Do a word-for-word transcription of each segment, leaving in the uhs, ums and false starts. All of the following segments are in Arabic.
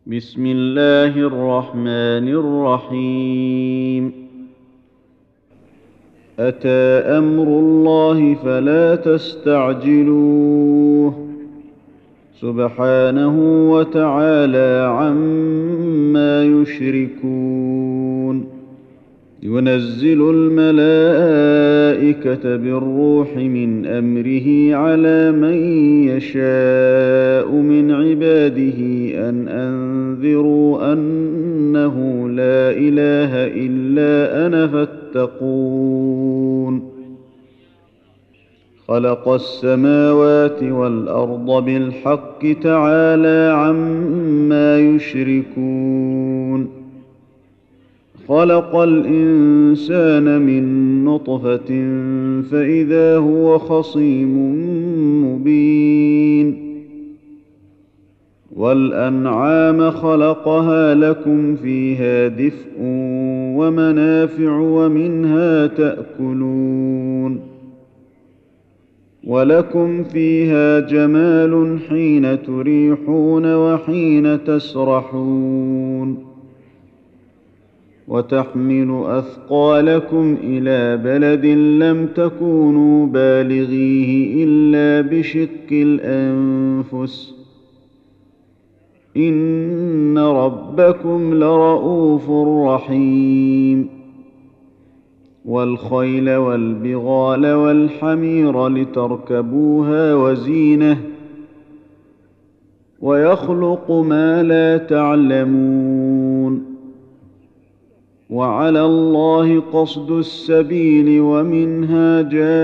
بسم الله الرحمن الرحيم. أتى أمر الله فلا تستعجلوه سبحانه وتعالى عما يشركون. ينزل الملائكة بالروح من أمره على من يشاء من عباده أن أنذروا أنه لا إله إلا أنا فاتقون. خلق السماوات والأرض بالحق تعالى عما يشركون. خلق الإنسان من نطفة فإذا هو خصيم مبين. والأنعام خلقها لكم فيها دفء ومنافع ومنها تأكلون. ولكم فيها جمال حين تريحون وحين تسرحون. وتحمل أثقالكم إلى بلد لم تكونوا بالغيه إلا بشق الأنفس إن ربكم لرءوف رحيم. والخيل والبغال والحمير لتركبوها وزينة ويخلق ما لا تعلمون. وعلى الله قصد السبيل ومنها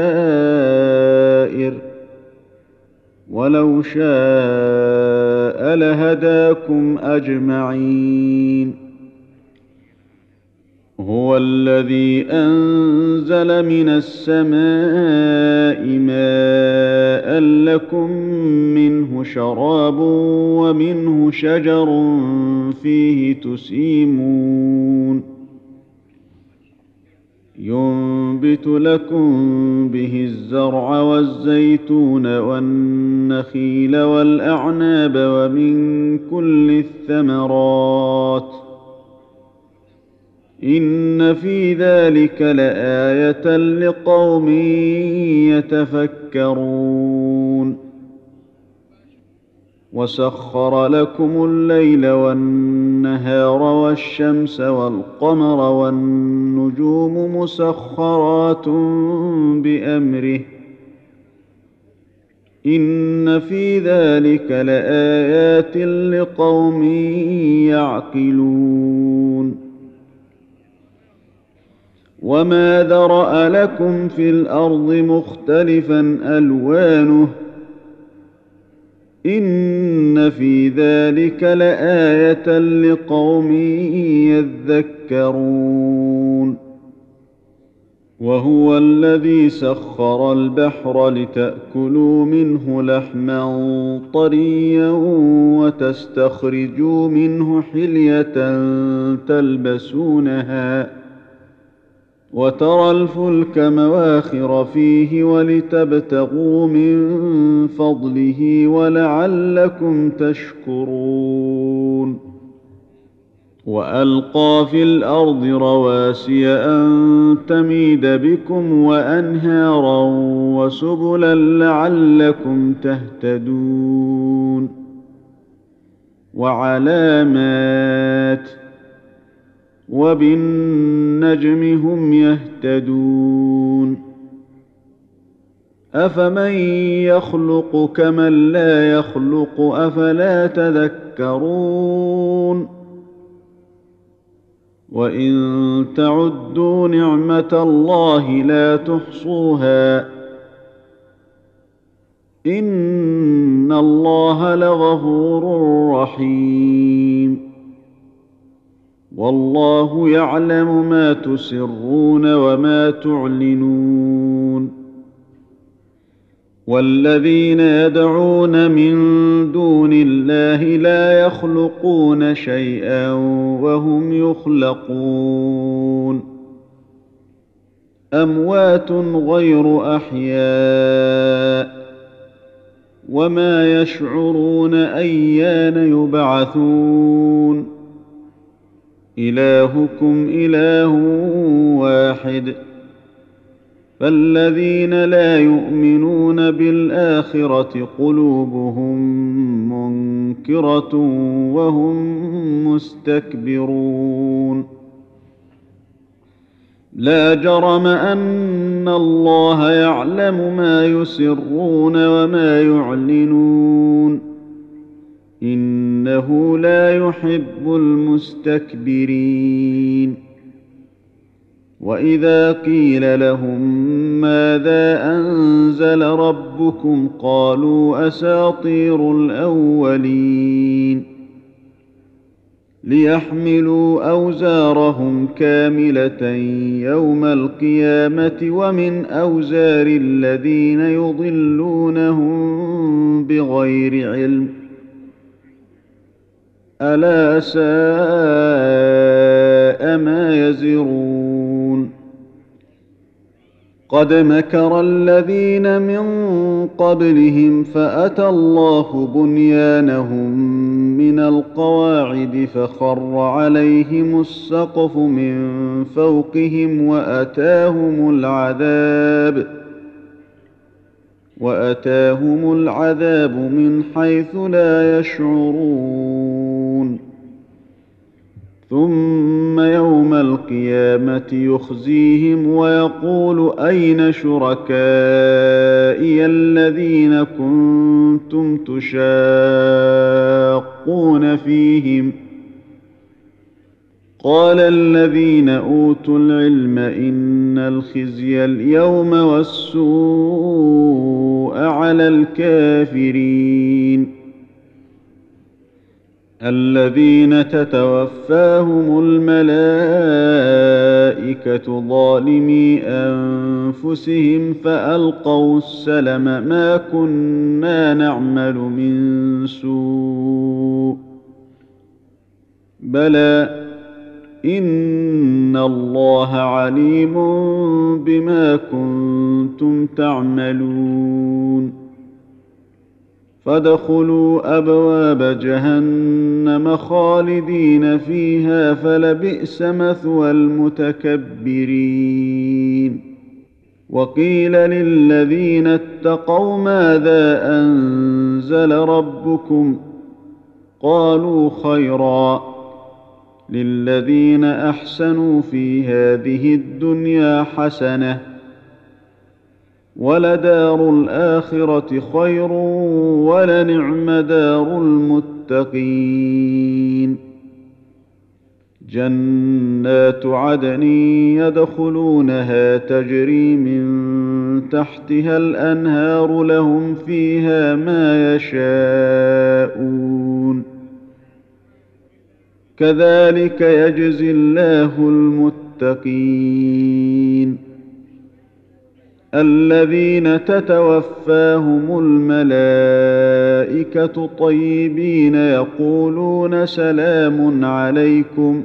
جائر ولو شاء لهداكم أجمعين. هو الذي أنزل من السماء ماء لكم منه شراب ومنه شجر فيه تسيمون. ينبت لكم به الزرع والزيتون والنخيل والأعناب ومن كل الثمرات إن في ذلك لآية لقوم يتفكرون. وسخر لكم الليل والنهار والشمس والقمر والنجوم مسخرات بأمره إن في ذلك لآيات لقوم يعقلون. وما ذرأ لكم في الأرض مختلفا ألوانه إن في ذلك لآية لقوم يذكرون. وهو الذي سخر البحر لتأكلوا منه لحما طريا وتستخرجوا منه حلية تلبسونها وترى الفلك مواخر فيه ولتبتغوا من فضله ولعلكم تشكرون. وألقى في الأرض رواسي أن تميد بكم وأنهارا وسبلا لعلكم تهتدون. وعلامات وبالنجم هم يهتدون. أفمن يخلق كمن لا يخلق أفلا تذكرون. وإن تعدوا نعمة الله لا تحصوها إن الله لغفور رحيم. والله يعلم ما تسرون وما تعلنون. والذين يدعون من دون الله لا يخلقون شيئا وهم يخلقون. أموات غير أحياء وما يشعرون أيان يبعثون إلهكم إله واحد فالذين لا يؤمنون بالآخرة قلوبهم منكرة وهم مستكبرون لا جرم أن الله يعلم ما يسرون وما يعلنون إنه لا يحب المستكبرين وإذا قيل لهم ماذا أنزل ربكم قالوا أساطير الأولين ليحملوا أوزارهم كاملة يوم القيامة ومن أوزار الذين يضلونهم بغير علم ألا ساء ما يزرون قد مكر الذين من قبلهم فأتى الله بنيانهم من القواعد فخر عليهم السقف من فوقهم وأتاهم العذاب وأتاهم العذاب من حيث لا يشعرون ثم يوم القيامة يخزيهم ويقول أين شركائي الذين كنتم تشاقون فيهم قال الذين أوتوا العلم إن الخزي اليوم والسوء على الكافرين الذين تتوفاهم الملائكة ظالمي أنفسهم فألقوا السلم ما كنا نعمل من سوء بلى إن الله عليم بما كنتم تعملون فادخلوا أبواب جهنم خالدين فيها فلبئس مثوى المتكبرين وقيل للذين اتقوا ماذا أنزل ربكم قالوا خيرا للذين أحسنوا في هذه الدنيا حسنة ولدار الآخرة خير ولنعم دار المتقين جنات عدن يدخلونها تجري من تحتها الأنهار لهم فيها ما يشاءون كذلك يجزي الله المتقين الذين تتوفاهم الملائكة طيبين يقولون سلام عليكم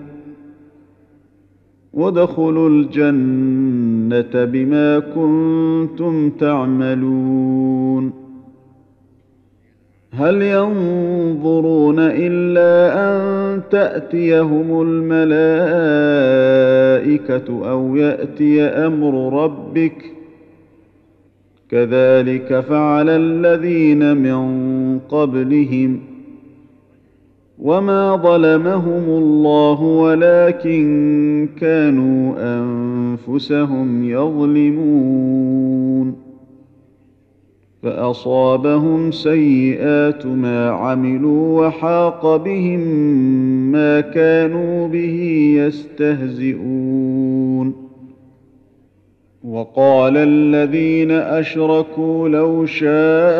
وادخلوا الجنة بما كنتم تعملون هل ينظرون إلا أن تأتيهم الملائكة أو يأتي أمر ربك كذلك فعل الذين من قبلهم وما ظلمهم الله ولكن كانوا أنفسهم يظلمون فأصابهم سيئات ما عملوا وحاق بهم ما كانوا به يستهزئون وقال الذين أشركوا لو شاء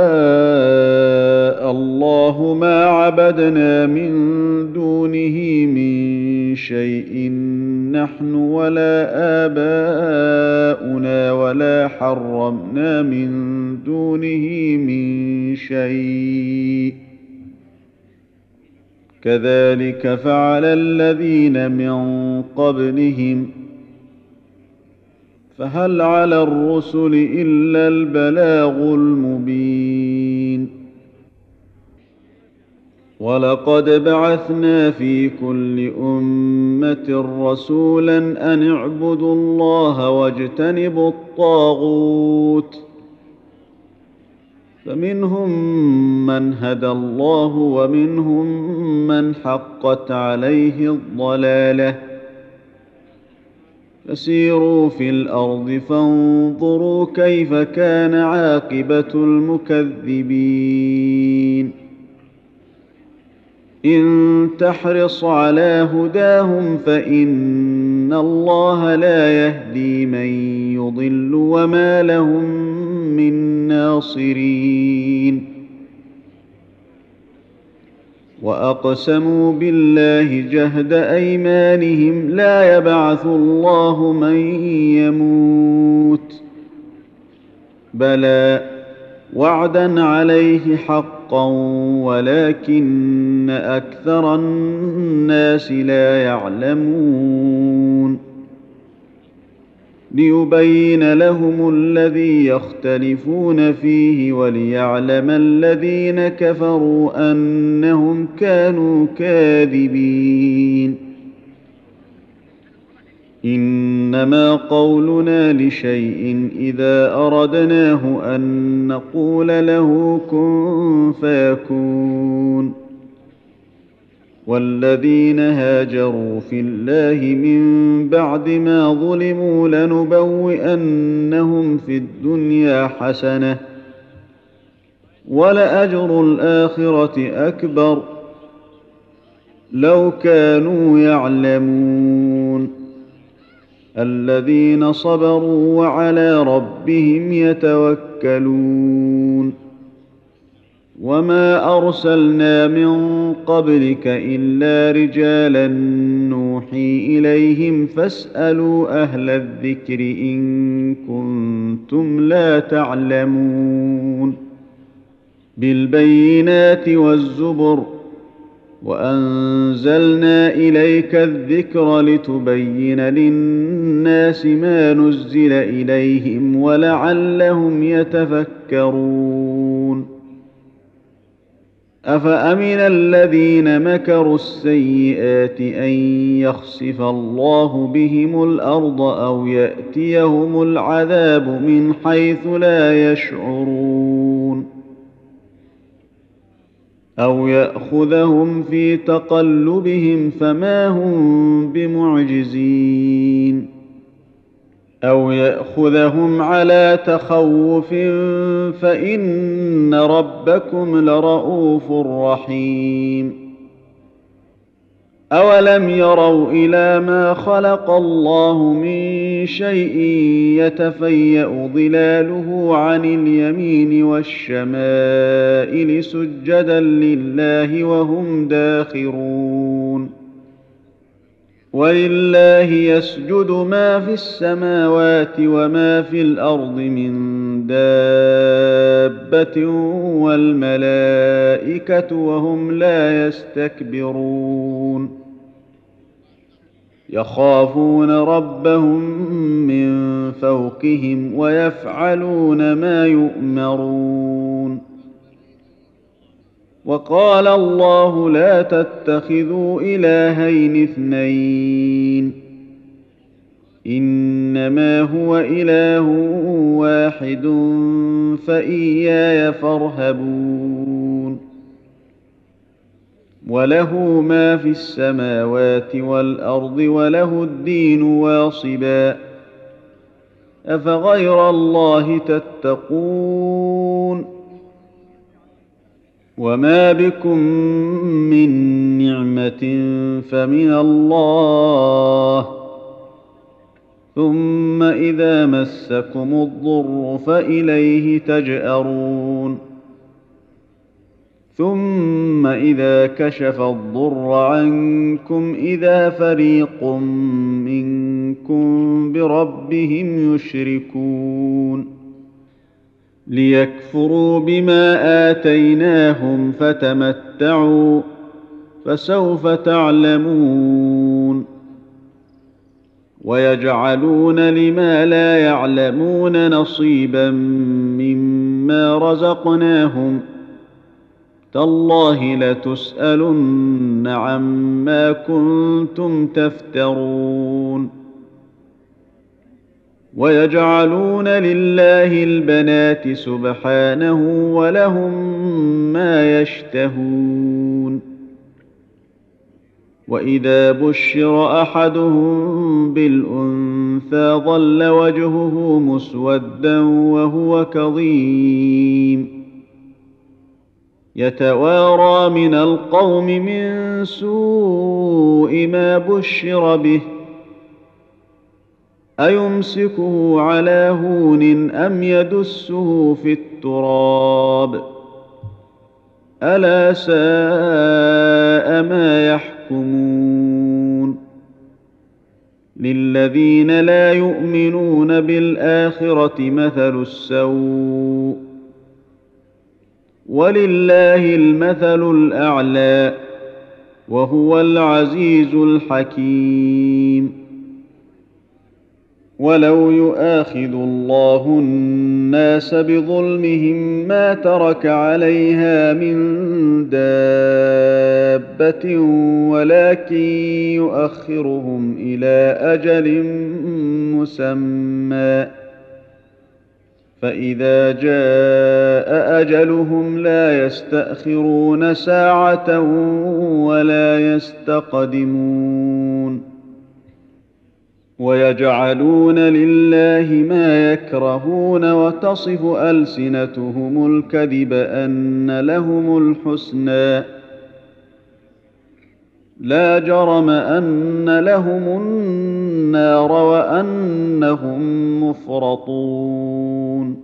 الله ما عبدنا من دونه من شيء نحن ولا آباؤنا ولا حرمنا من دونه من شيء كذلك فعل الذين من قبلهم فهل على الرسل إلا البلاغ المبين ولقد بعثنا في كل أمة رسولا أن اعبدوا الله واجتنبوا الطاغوت فمنهم من هدى الله ومنهم من حقت عليه الضلالة فسيروا في الأرض فانظروا كيف كان عاقبة المكذبين إن تحرص على هداهم فإن الله لا يهدي من يضل وما لهم من ناصرين وأقسموا بالله جهد أيمانهم لا يبعث الله من يموت بلى وعدا عليه حقا ولكن أكثر الناس لا يعلمون ليبين لهم الذي يختلفون فيه وليعلم الذين كفروا أنهم كانوا كاذبين إنما قولنا لشيء إذا أردناه أن نقول له كن فيكون والذين هاجروا في الله من بعد ما ظلموا لنبوئنهم في الدنيا حسنة ولأجر الآخرة أكبر لو كانوا يعلمون الذين صبروا وعلى ربهم يتوكلون وما أرسلنا من قبلك إلا رجالا نوحي إليهم فاسألوا أهل الذكر إن كنتم لا تعلمون بالبينات والزبر وأنزلنا إليك الذكر لتبين للناس ما نزل إليهم ولعلهم يتفكرون أفأمن الذين مكروا السيئات أن يخسف الله بهم الأرض أو يأتيهم العذاب من حيث لا يشعرون أو يأخذهم في تقلبهم فما هم بمعجزين أو يأخذهم على تخوف فإن ربكم لرءوف رحيم أولم يروا إلى ما خلق الله من شيء يتفيأ ظلاله عن اليمين والشمائل سجدا لله وهم داخرون ولله يسجد ما في السماوات وما في الأرض من دابة والملائكة وهم لا يستكبرون يخافون ربهم من فوقهم ويفعلون ما يؤمرون وقال الله لا تتخذوا إلهين اثنين إنما هو إله واحد فإياي فارهبون وله ما في السماوات والأرض وله الدين واصبا أفغير الله تتقون وما بكم من نعمة فمن الله ثم إذا مسكم الضر فإليه تجأرون ثم إذا كشف الضر عنكم إذا فريق منكم بربهم يشركون ليكفروا بما آتيناهم فتمتعوا فسوف تعلمون ويجعلون لما لا يعلمون نصيبا مما رزقناهم تالله لتسألن عما كنتم تفترون ويجعلون لله البنات سبحانه ولهم ما يشتهون وإذا بشر أحدهم بالأنثى ظل وجهه مسودا وهو كظيم يتوارى من القوم من سوء ما بشر به أيمسكه على هون أم يدسه في التراب ألا ساء ما يحكمون للذين لا يؤمنون بالآخرة مثل السوء ولله المثل الأعلى وهو العزيز الحكيم ولو يؤاخذ الله الناس بظلمهم ما ترك عليها من دابة ولكن يؤخرهم إلى أجل مسمى فإذا جاء أجلهم لا يستأخرون ساعة ولا يستقدمون ويجعلون لله ما يكرهون وتصف ألسنتهم الكذب أن لهم الحسنى لا جرم أن لهم النار وأنهم مفرطون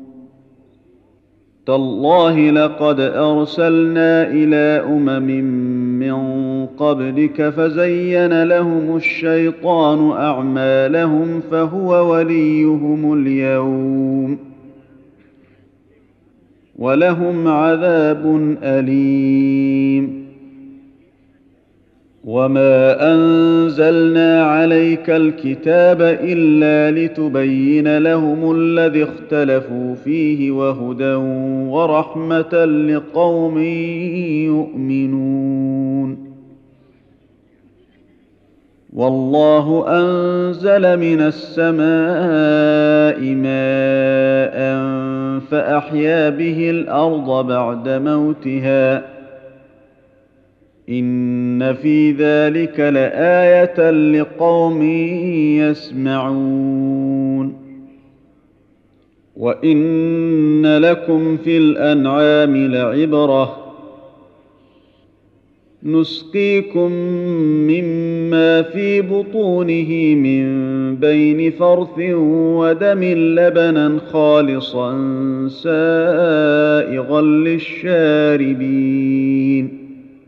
تالله لقد أرسلنا إلى أمم من قبلك فزين لهم الشيطان أعمالهم فهو وليهم اليوم ولهم عذاب أليم وما أنزلنا عليك الكتاب إلا لتبين لهم الذي اختلفوا فيه وهدى ورحمة لقوم يؤمنون والله أنزل من السماء ماء فأحيا به الأرض بعد موتها إن في ذلك لآية لقوم يسمعون وإن لكم في الأنعام لعبرة نسقيكم مما في بطونه من بين فرث ودم لبنا خالصا سائغا للشاربين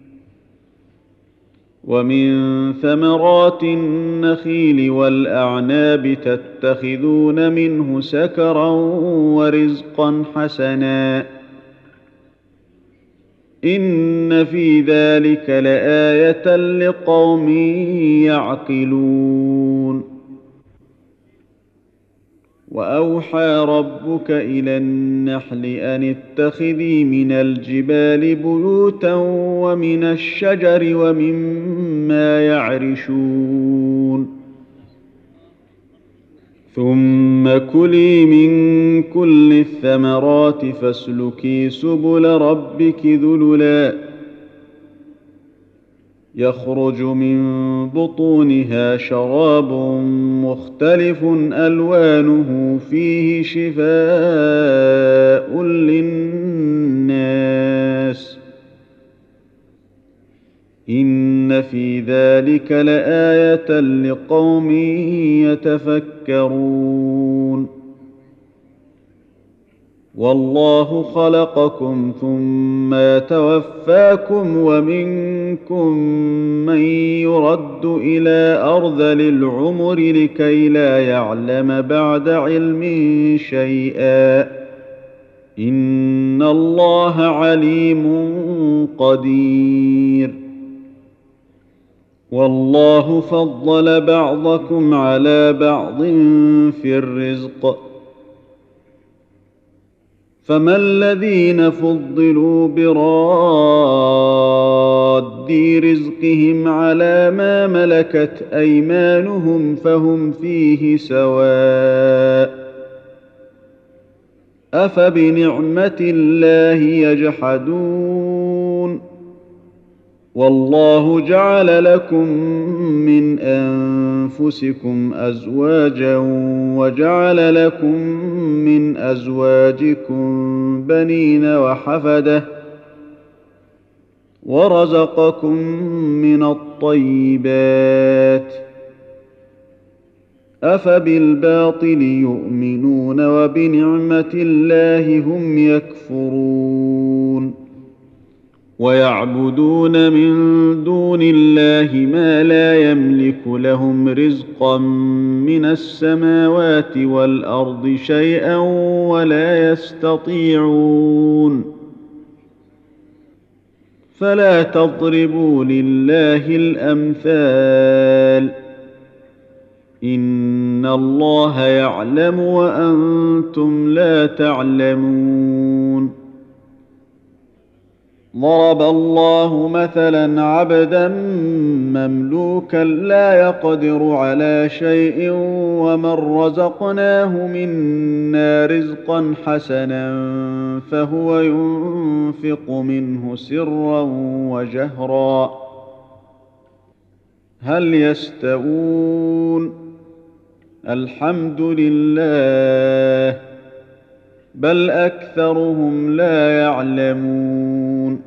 ومن ثمرات النخيل والأعناب تتخذون منه سكرا ورزقا حسنا إن في ذلك لآية لقوم يعقلون وأوحى ربك إلى النحل أن اتخذي من الجبال بيوتا ومن الشجر ومما يعرشون ثم كلي من كل الثمرات فاسلكي سبل ربك ذللا يخرج من بطونها شراب مختلف ألوانه فيه شفاء للناس إن في ذلك لآية لقوم يتفكرون والله خلقكم ثم يتوفاكم ومنكم من يرد إلى أرذل العمر لكي لا يعلم بعد علم شيئا إن الله عليم قدير والله فضل بعضكم على بعض في الرزق فما الذين فضلوا براد رزقهم على ما ملكت أيمانهم فهم فيه سواء أفبنعمة الله يجحدون والله جعل لكم من أنفسكم أزواجا وجعل لكم من أزواجكم بنين وحفدة ورزقكم من الطيبات أفبالباطل يؤمنون وبنعمة الله هم يكفرون ويعبدون من دون الله ما لا يملك لهم رزقا من السماوات والأرض شيئا ولا يستطيعون فلا تضربوا لله الأمثال إن الله يعلم وأنتم لا تعلمون ضرب الله مثلا عبدا مملوكا لا يقدر على شيء ومن رزقناه منا رزقا حسنا فهو ينفق منه سرا وجهرا هل يستوون الحمد لله بل أكثرهم لا يعلمون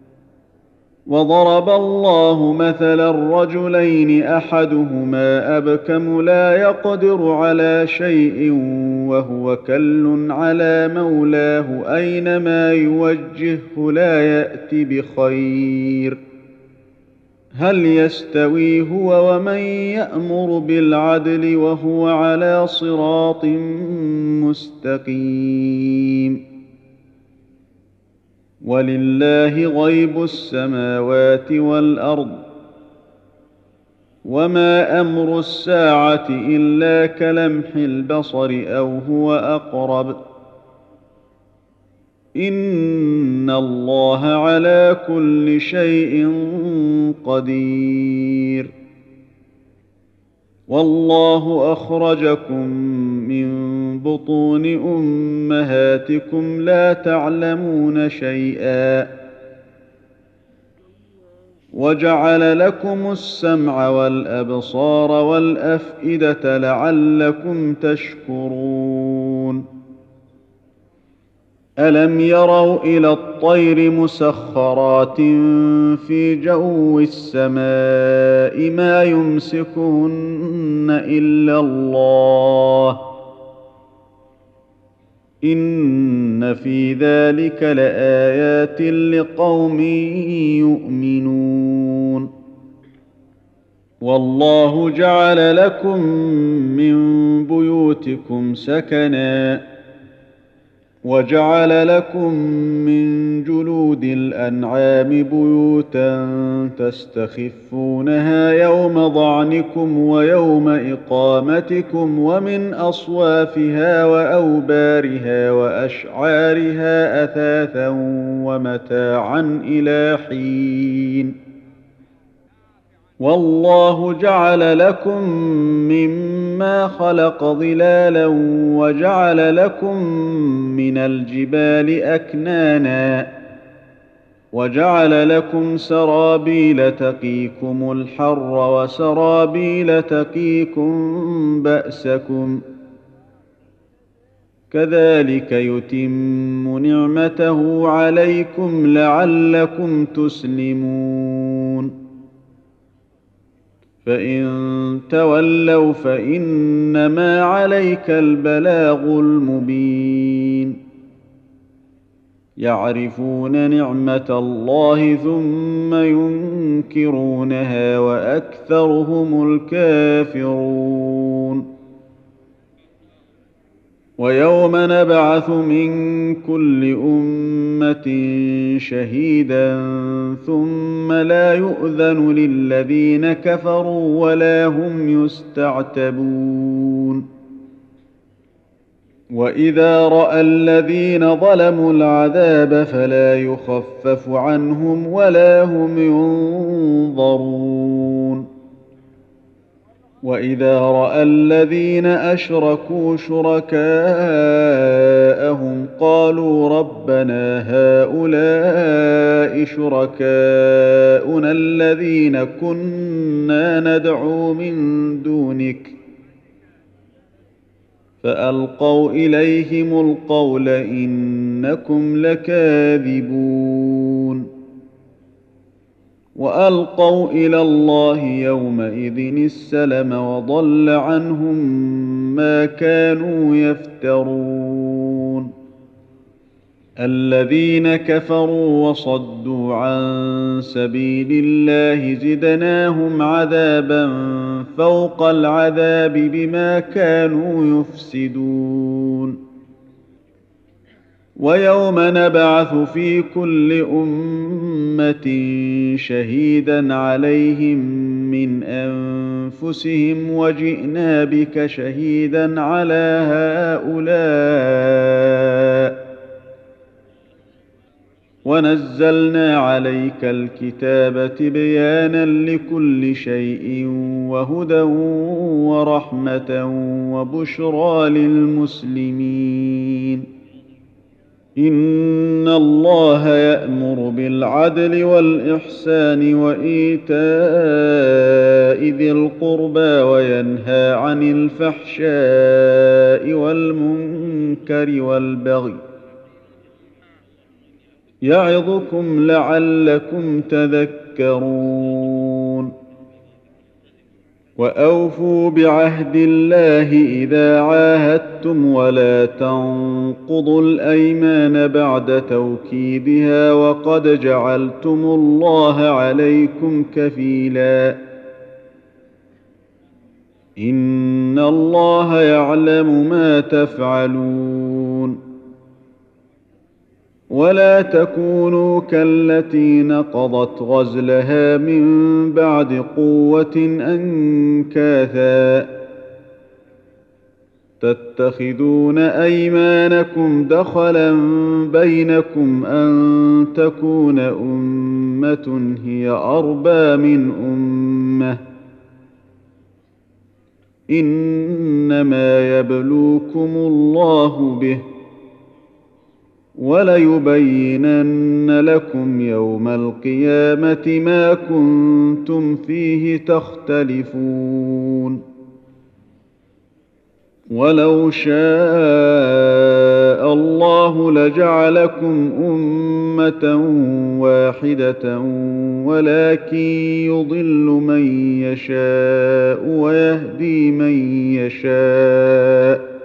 وضرب الله مثلا رجلين أحدهما أبكم لا يقدر على شيء وهو كل على مولاه أينما يوجهه لا يأت بخير هل يستوي هو ومن يأمر بالعدل وهو على صراط مستقيم ولله غيب السماوات والأرض وما أمر الساعة إلا كلمح البصر أو هو أقرب إن الله على كل شيء قدير والله أخرجكم من بطون أمهاتكم لا تعلمون شيئا وجعل لكم السمع والأبصار والأفئدة لعلكم تشكرون ألم يروا إلى الطير مسخرات في جو السماء ما يمسكهن إلا الله إن في ذلك لآيات لقوم يؤمنون والله جعل لكم من بيوتكم سكنا وجعل لكم من جلود الأنعام بيوتا تستخفونها يوم ضعنكم ويوم إقامتكم ومن أصوافها وأوبارها وأشعارها أثاثا ومتاعا إلى حين والله جعل لكم مما خلق ظلالا وجعل لكم من الجبال أكنانا وجعل لكم سرابيل تقيكم الحر وسرابيل تقيكم بأسكم كذلك يتم نعمته عليكم لعلكم تسلمون فإن تولوا فإنما عليك البلاغ المبين يعرفون نعمة الله ثم ينكرونها وأكثرهم الكافرون ويوم نبعث من كل أمة شهيدا ثم لا يؤذن للذين كفروا ولا هم يستعتبون وإذا رأى الذين ظلموا العذاب فلا يخفف عنهم ولا هم ينظرون وإذا رأى الذين أشركوا شركاءهم قالوا ربنا هؤلاء شركاؤنا الذين كنا ندعو من دونك فألقوا إليهم القول إنكم لكاذبون وألقوا إلى الله يومئذ السلم وضل عنهم ما كانوا يفترون الذين كفروا وصدوا عن سبيل الله زدناهم عذابا فوق العذاب بما كانوا يفسدون ويوم نبعث في كل أمة شهيدا عليهم من أنفسهم وجئنا بك شهيدا على هؤلاء ونزلنا عليك الكتاب تبيانا لكل شيء وهدى ورحمة وبشرى للمسلمين إن الله يأمر بالعدل والإحسان وإيتاء ذي القربى وينهى عن الفحشاء والمنكر والبغي يعظكم لعلكم تذكرون وأوفوا بعهد الله إذا عاهدتم ولا تنقضوا الأيمان بعد توكيدها وقد جعلتم الله عليكم كفيلا إن الله يعلم ما تفعلون ولا تكونوا كالتي نقضت غزلها من بعد قوة أنكاثا تتخذون أيمانكم دخلا بينكم أن تكون أمة هي أربى من أمة إنما يبلوكم الله به وليبينن لكم يوم القيامة ما كنتم فيه تختلفون ولو شاء الله لجعلكم أمة واحدة ولكن يضل من يشاء ويهدي من يشاء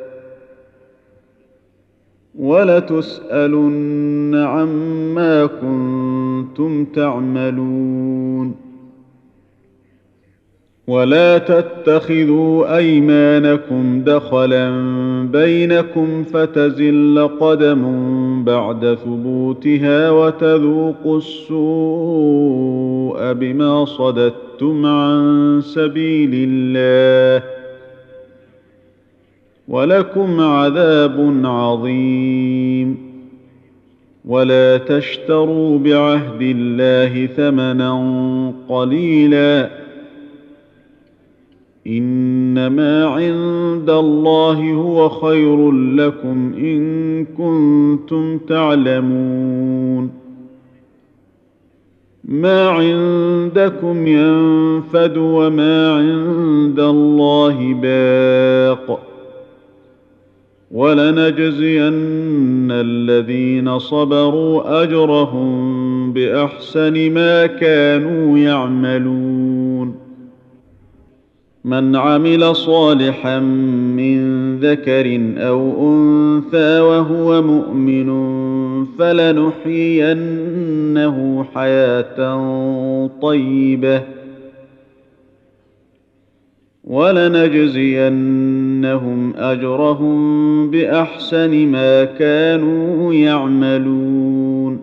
ولتسألن عما كنتم تعملون ولا تتخذوا أيمانكم دخلا بينكم فتزل قدم بعد ثبوتها وتذوقوا السوء بما صددتم عن سبيل الله ولكم عذاب عظيم ولا تشتروا بعهد الله ثمنا قليلا إنما عند الله هو خير لكم إن كنتم تعلمون ما عندكم ينفد وما عند الله باق ولنجزين الذين صبروا أجرهم بأحسن ما كانوا يعملون من عمل صالحا من ذكر أو أنثى وهو مؤمن فلنحيينه حياة طيبة ولنجزينهم أجرهم بأحسن ما كانوا يعملون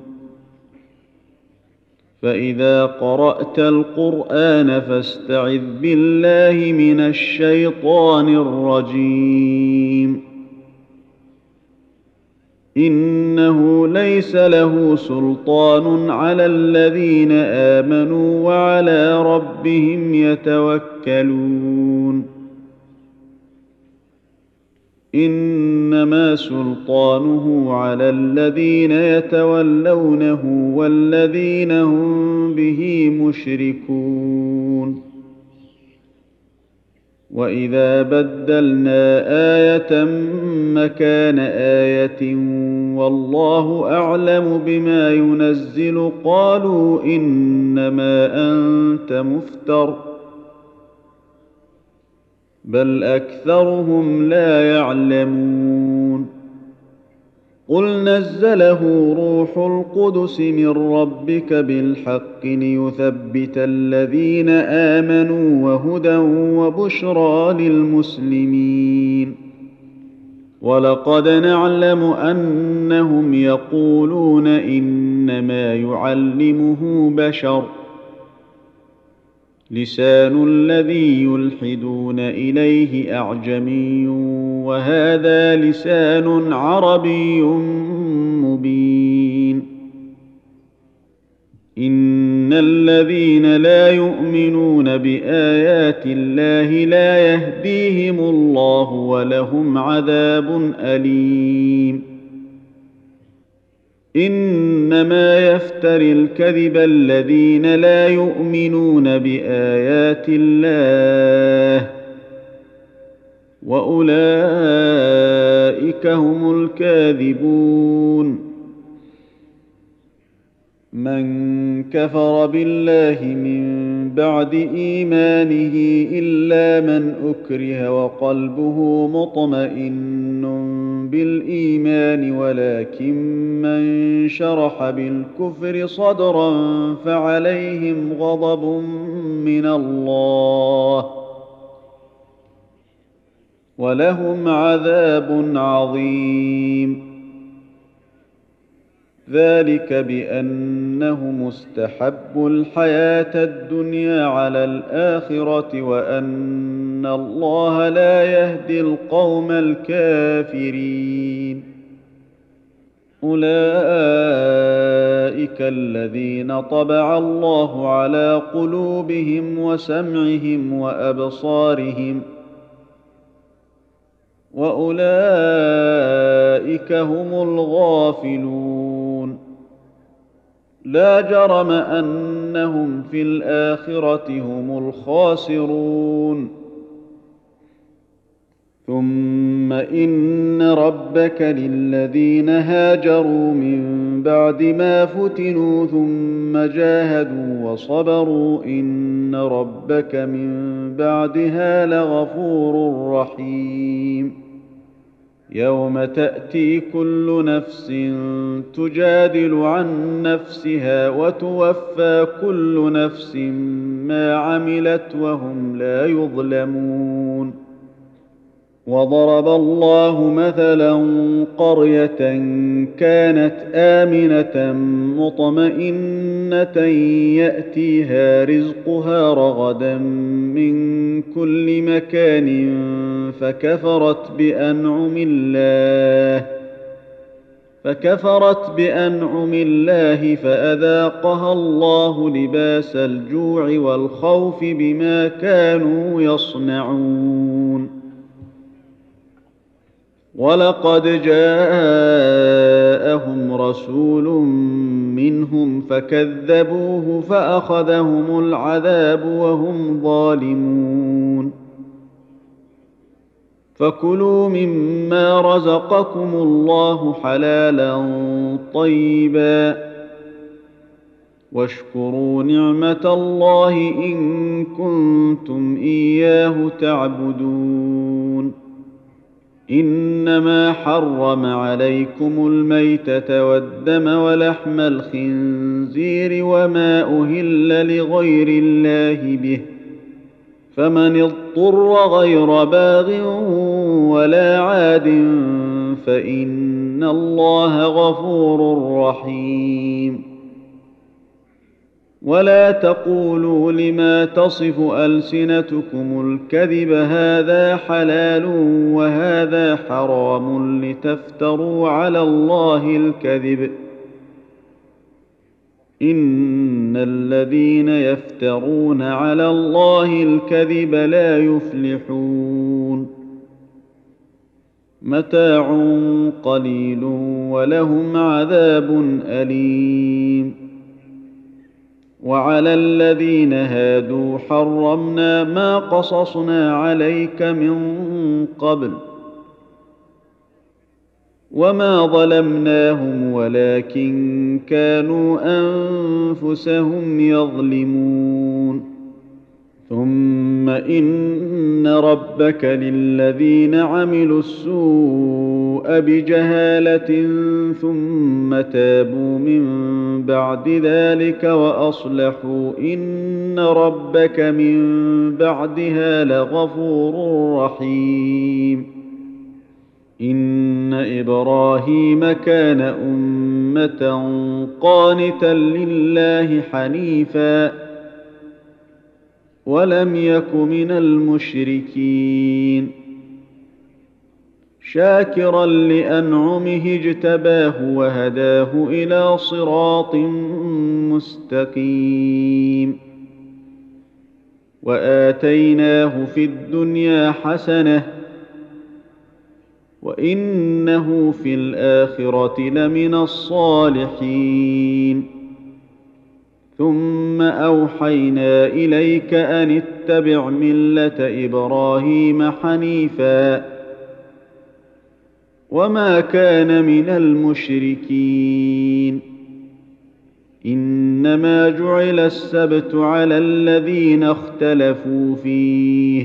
فإذا قرأت القرآن فاستعذ بالله من الشيطان الرجيم إنه ليس له سلطان على الذين آمنوا وعلى ربهم يتوكلون إنما سلطانه على الذين يتولونه والذين هم به مشركون وإذا بدلنا آية مكان آية والله أعلم بما ينزل قالوا إنما أنت مفتر بل أكثرهم لا يعلمون قل نزله روح القدس من ربك بالحق ليثبت الذين آمنوا وهدى وبشرى للمسلمين ولقد نعلم أنهم يقولون إنما يعلمه بشر لسان الذي يلحدون إليه أعجمي وهذا لسان عربي مبين إن الذين لا يؤمنون بآيات الله لا يهديهم الله ولهم عذاب أليم إنما يفتري الكذب الذين لا يؤمنون بآيات الله وأولئك هم الكاذبون من كفر بالله من بعد إيمانه إلا من أكره وقلبه مطمئن بالإيمان ولكن من شرح بالكفر صدرا فعليهم غضب من الله ولهم عذاب عظيم ذلك بأنهم استحبوا الحياة الدنيا على الآخرة وأن الله لا يهدي القوم الكافرين أولئك الذين طبع الله على قلوبهم وسمعهم وأبصارهم وأولئك هم الغافلون لا جرم أنهم في الآخرة هم الخاسرون ثم إن ربك للذين هاجروا من بعد ما فتنوا ثم جاهدوا وصبروا إن ربك من بعدها لغفور رحيم يوم تأتي كل نفس تجادل عن نفسها وتوفى كل نفس ما عملت وهم لا يظلمون وضرب الله مثلا قرية كانت آمنة مطمئنة يأتيها رزقها رغدا من كل مكان فكفرت بأنعم الله فكفرت بأنعم الله فأذاقها الله لباس الجوع والخوف بما كانوا يصنعون ولقد جاءهم رسول منهم فكذبوه فأخذهم العذاب وهم ظالمون فكلوا مما رزقكم الله حلالا طيبا واشكروا نعمة الله إن كنتم إياه تعبدون إنما حرم عليكم الميتة والدم ولحم الخنزير وما أهل لغير الله به فمن اضطر غير باغ ولا عاد فإن الله غفور رحيم ولا تقولوا لما تصف ألسنتكم الكذب هذا حلال وهذا حرام لتفتروا على الله الكذب إن الذين يفترون على الله الكذب لا يفلحون متاع قليل ولهم عذاب أليم وعلى الذين هادوا حرمنا ما قصصنا عليك من قبل وما ظلمناهم ولكن كانوا أنفسهم يظلمون ثم إن ربك للذين عملوا السوء بجهالة ثم تابوا من بعد ذلك وأصلحوا إن ربك من بعدها لغفور رحيم إن إبراهيم كان أمة قانتا لله حنيفا ولم يك من المشركين شاكرا لأنعمه اجتباه وهداه إلى صراط مستقيم وآتيناه في الدنيا حسنة وإنه في الآخرة لمن الصالحين ثم أوحينا إليك أن اتبع ملة إبراهيم حنيفا وما كان من المشركين إنما جعل السبت على الذين اختلفوا فيه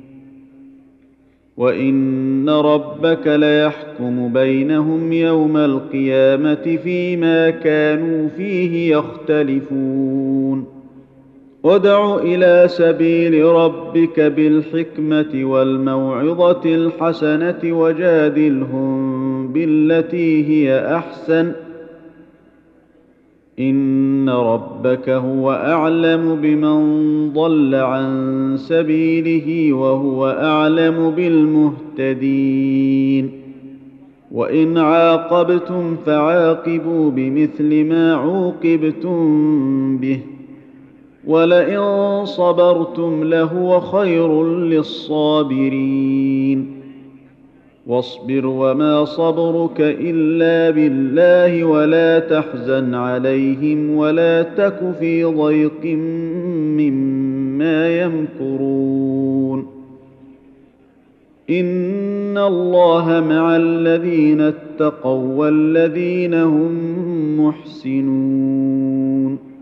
وإن ربك ليحكم بينهم يوم القيامة فيما كانوا فيه يختلفون ادع إلى سبيل ربك بالحكمة والموعظة الحسنة وجادلهم بالتي هي أحسن إن ربك هو أعلم بمن ضل عن سبيله وهو أعلم بالمهتدين وإن عاقبتم فعاقبوا بمثل ما عوقبتم به ولئن صبرتم لهو خير للصابرين واصبر وما صبرك إلا بالله ولا تحزن عليهم ولا تك في ضيق مما يمكرون إن الله مع الذين اتقوا والذين هم محسنون